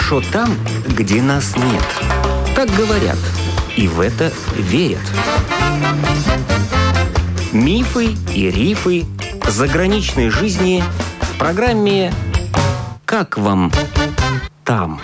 хорошо там, где нас нет. Так говорят, и в это верят. Мифы и рифы заграничной жизни в программе «Как вам там?».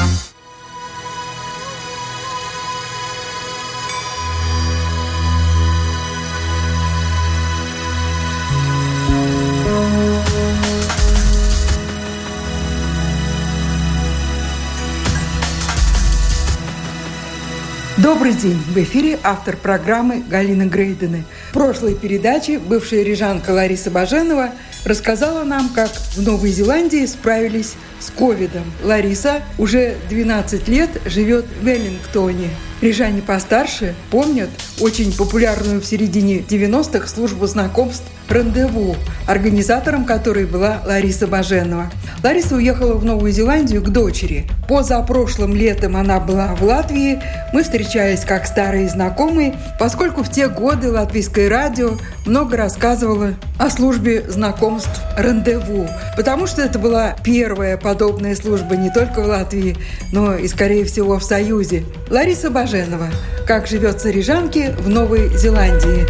Добрый день! В эфире автор программы Галина Грейдены. В прошлой передаче бывшая рижанка Лариса Баженова рассказала нам, как в Новой Зеландии справились с ковидом. Лариса уже 12 лет живет в Веллингтоне. Рижане постарше помнят очень популярную в середине 90-х службу знакомств «Рандеву», организатором которой была Лариса Баженова. Лариса уехала в Новую Зеландию к дочери. Позапрошлым летом она была в Латвии. Мы встречались как старые знакомые, поскольку в те годы латвийское радио много рассказывало о службе знакомств «Рандеву», потому что это была первая подобная служба не только в Латвии, но и, скорее всего, в Союзе. Лариса Баженова. Как живется рижанке в Новой Зеландии.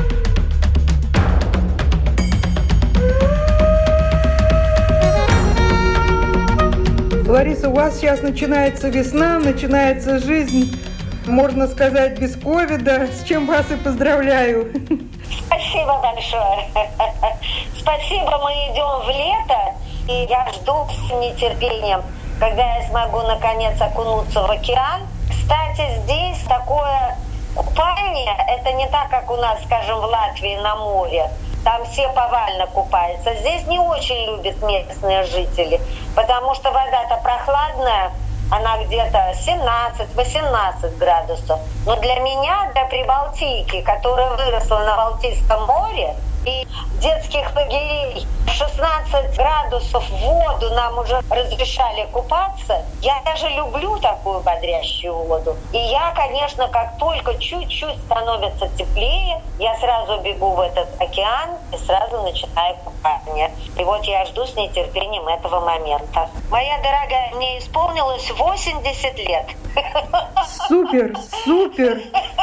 Лариса, у вас сейчас начинается весна, начинается жизнь, можно сказать, без ковида, с чем вас и поздравляю. Спасибо большое. Спасибо, мы идем в лето, и я жду с нетерпением, когда я смогу наконец окунуться в океан. Кстати, здесь такое купание, это не так, как у нас, скажем, в Латвии на море. Там все повально купаются. Здесь не очень любят местные жители, потому что вода-то прохладная, она где-то 17-18 градусов. Но для меня, для Прибалтики, которая выросла на Балтийском море, и детских лагерей 16 градусов в воду нам уже разрешали купаться. Я даже люблю такую бодрящую воду. И я, конечно, как только чуть-чуть становится теплее, я сразу бегу в этот океан и сразу начинаю купание. И вот я жду с нетерпением этого момента. Моя дорогая, мне исполнилось 80 лет. Супер, супер!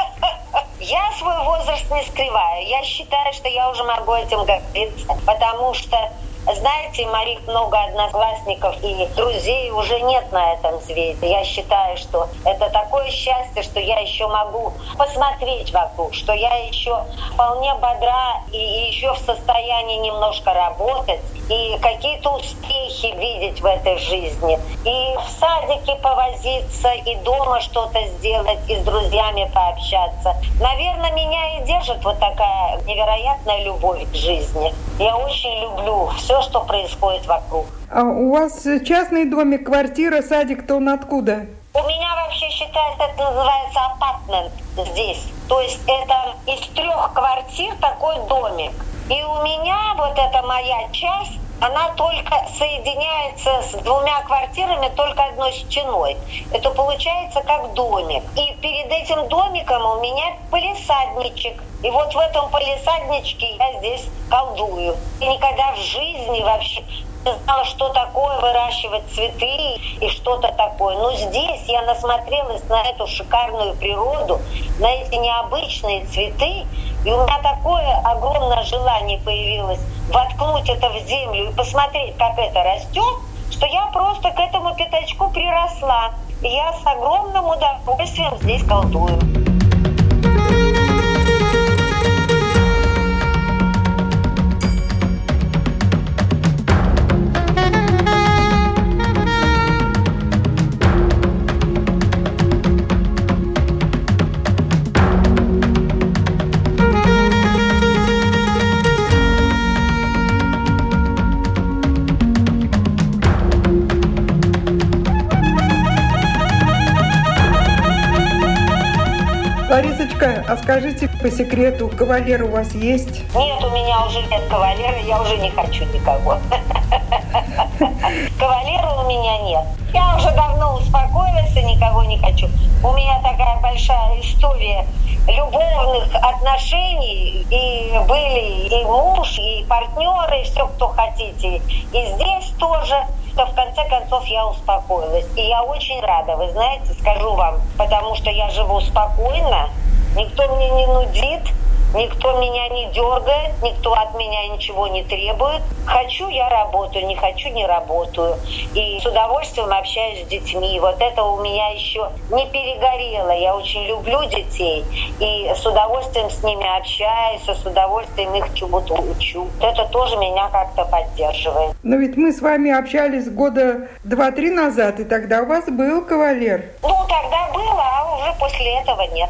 Я свой возраст не скрываю. Я считаю, что я уже могу этим гордиться, потому что, знаете, моих много одноклассников и друзей уже нет на этом свете. Я считаю, что это такое счастье, что я еще могу посмотреть вокруг, что я еще вполне бодра и еще в состоянии немножко работать и какие-то успехи видеть в этой жизни. И в садике повозиться, и дома что-то сделать, и с друзьями пообщаться. Наверное, меня и держит вот такая невероятная любовь к жизни. Я очень люблю все, что происходит вокруг. А у вас частный домик, квартира, садик-то он откуда? У меня вообще считается, это называется апартмент здесь. То есть это из 3 квартир такой домик. И у меня вот эта моя часть, она только соединяется с 2 квартирами только одной стеной. Это получается как домик. И перед этим домиком у меня палисадничек. И вот в этом палисадничке я здесь колдую. И никогда в жизни вообще не знала, что такое выращивать цветы и что-то такое. Но здесь я насмотрелась на эту шикарную природу, на эти необычные цветы. И у меня такое огромное желание появилось воткнуть это в землю и посмотреть, как это растет, что я просто к этому пятачку приросла. И я с огромным удовольствием здесь колдую. Ларисочка, а скажите по секрету, кавалер у вас есть? Нет, у меня уже нет кавалера, я уже не хочу никого. Кавалера у меня нет. Я уже давно успокоилась и никого не хочу. У меня такая большая история любовных отношений. И были и муж, и партнеры, и все, кто хотите. И здесь тоже. то в конце концов я успокоилась. И я очень рада, вы знаете, скажу вам, потому что я живу спокойно, никто мне не нудит, никто меня не дергает, никто от меня ничего не требует. Хочу, я работаю, не хочу, не работаю. И с удовольствием общаюсь с детьми. Вот это у меня еще не перегорело. Я очень люблю детей. И с удовольствием с ними общаюсь, с удовольствием их чему-то учу. Это тоже меня как-то поддерживает. Но ведь мы с вами общались года 2-3 назад, и тогда у вас был кавалер. Ну, тогда было, а уже после этого нет.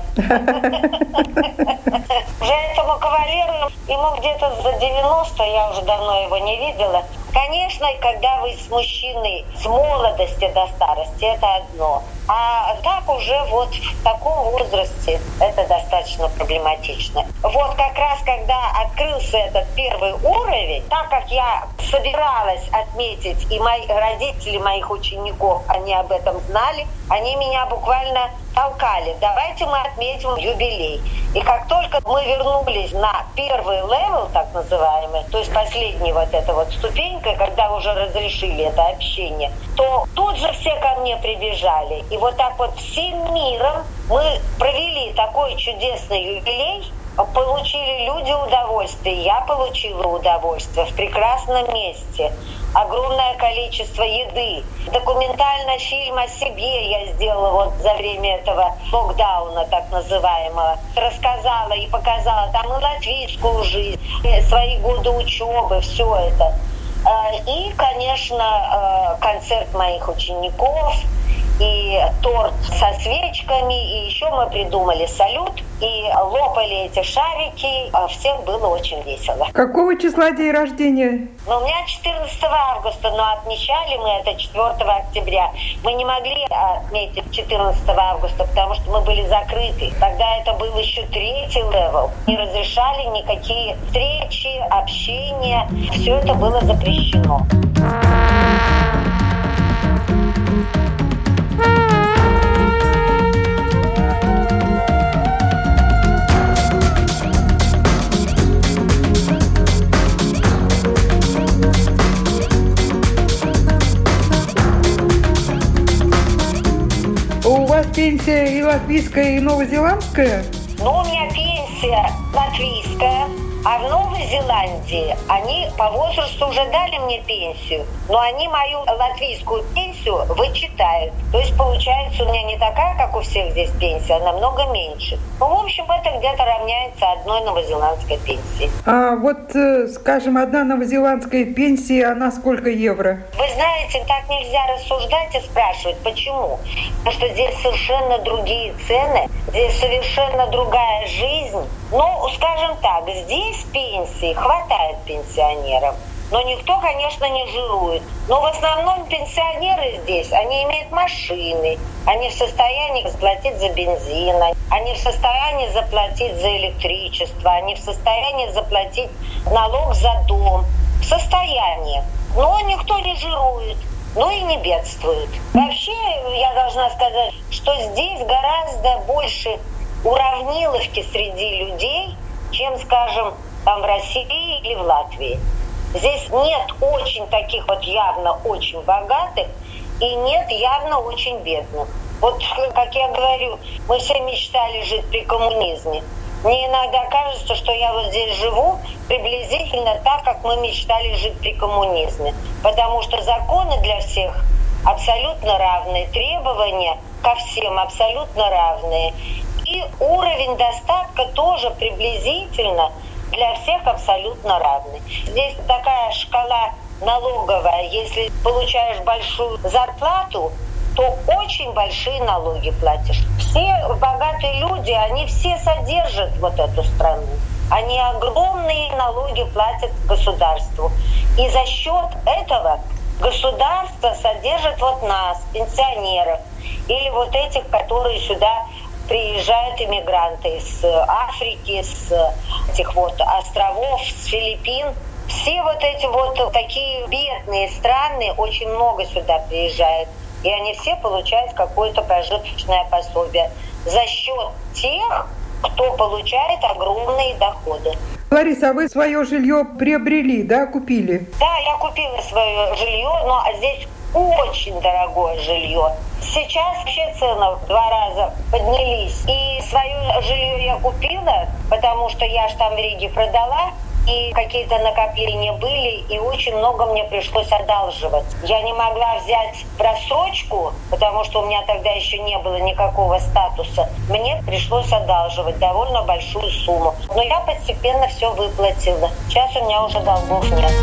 Этому кавалеру, ему где-то за 90, я уже давно его не видела. Конечно, когда вы с мужчиной с молодости до старости, это одно. А так уже вот в таком возрасте это достаточно проблематично. Вот как раз когда открылся этот первый уровень, так как я собиралась отметить, и мои родители моих учеников, они об этом знали, они меня буквально толкали. Давайте мы отметим юбилей. И как только мы вернулись на первый левел, так называемый, то есть последняя вот эта вот ступенька, когда уже разрешили это общение, то тут же все ко мне прибежали. И вот так вот всем миром мы провели такой чудесный юбилей, получили люди удовольствие, я получила удовольствие в прекрасном месте. Огромное количество еды. Документальный фильм о себе я сделала вот за время этого локдауна, так называемого. Рассказала и показала там и латвийскую жизнь, и свои годы учебы, все это. И, конечно, концерт моих учеников, и торт со свечками, и еще мы придумали салют, и лопали эти шарики. Всем было очень весело. Какого числа день рождения? Ну, у меня 14 августа, но отмечали мы это 4 октября. Мы не могли отметить 14 августа, потому что мы были закрыты. Тогда это был еще 3-й левел. Не разрешали никакие встречи, общения. Все это было запрещено. У вас пенсия и латвийская, и новозеландская? Ну, у меня пенсия латвийская, а в Новой Зеландии они по возрасту уже дали мне пенсию, но они мою латвийскую пенсию вычитают. То есть получается у меня не такая, как у всех здесь пенсия, а намного меньше. Ну, в общем, это где-то равняется одной новозеландской пенсии. А вот, скажем, одна новозеландская пенсия, она сколько евро? Вы знаете, так нельзя рассуждать и спрашивать, почему. Потому что здесь совершенно другие цены, здесь совершенно другая жизнь. Ну, скажем так, здесь пенсии хватает пенсионерам. Но никто, конечно, не жирует. Но в основном пенсионеры здесь, они имеют машины, они в состоянии заплатить за бензин, они в состоянии заплатить за электричество, они в состоянии заплатить налог за дом. В состоянии. Но никто не жирует. Ну и не бедствует. Вообще, я должна сказать, что здесь гораздо больше уравниловки среди людей, чем, скажем, там в России или в Латвии. Здесь нет очень таких вот явно очень богатых и нет явно очень бедных. Вот, как я говорю, мы все мечтали жить при коммунизме. Мне иногда кажется, что я вот здесь живу приблизительно так, как мы мечтали жить при коммунизме. Потому что законы для всех абсолютно равные, требования ко всем абсолютно равные. И уровень достатка тоже приблизительно для всех абсолютно равный. Здесь такая шкала налоговая. Если получаешь большую зарплату, то очень большие налоги платишь. Все богатые люди, они все содержат вот эту страну. Они огромные налоги платят государству. И за счет этого государство содержит вот нас, пенсионеров, или вот этих, которые сюда приезжают иммигранты из Африки, с этих вот островов, с Филиппин. Все вот эти вот такие бедные страны очень много сюда приезжают. И они все получают какое-то прожиточное пособие за счет тех, кто получает огромные доходы. Лариса, а вы свое жилье приобрели, да, купили? Да, я купила свое жилье, но здесь очень дорогое жилье. Сейчас вообще цены в 2 раза поднялись. И свое жилье я купила, потому что я ж там в Риге продала, и какие-то накопления были, и очень много мне пришлось одалживать. Я не могла взять в рассрочку, потому что у меня тогда еще не было никакого статуса. Мне пришлось одалживать довольно большую сумму. Но я постепенно все выплатила. Сейчас у меня уже долгов нет.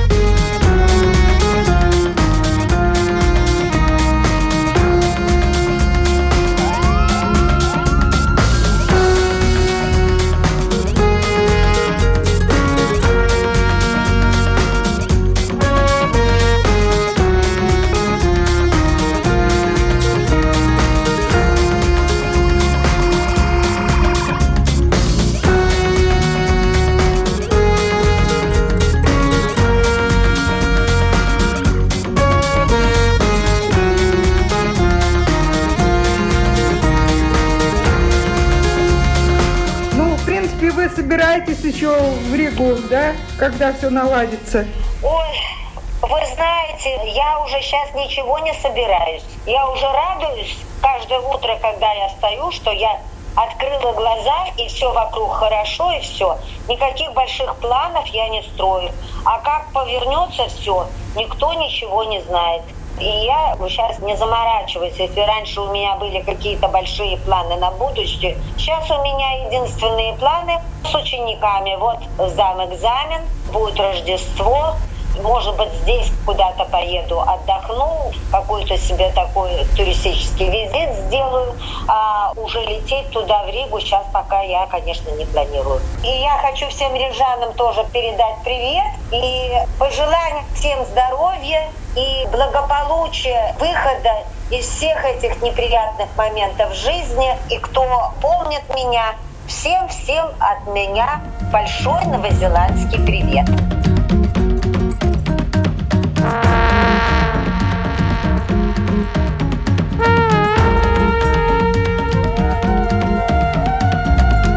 Вы собираетесь еще в Ригу, да, когда все наладится? Ой, вы знаете, я уже сейчас ничего не собираюсь. Я уже радуюсь каждое утро, когда я встаю, что я открыла глаза, и все вокруг хорошо, и все. Никаких больших планов я не строю. А как повернется все, никто ничего не знает. И я сейчас не заморачиваюсь. Если раньше у меня были какие-то большие планы на будущее, сейчас у меня единственные планы с учениками. Вот сдам экзамен, будет Рождество. Может быть, здесь куда-то поеду, отдохну, какой-то себе такой туристический визит сделаю, а уже лететь туда, в Ригу, сейчас пока я, конечно, не планирую. И я хочу всем рижанам тоже передать привет и пожелать всем здоровья и благополучия, выхода из всех этих неприятных моментов в жизни. И кто помнит меня, всем от меня большой новозеландский привет.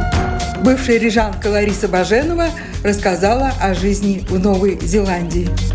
Бывшая рижанка Лариса Баженова рассказала о жизни в Новой Зеландии.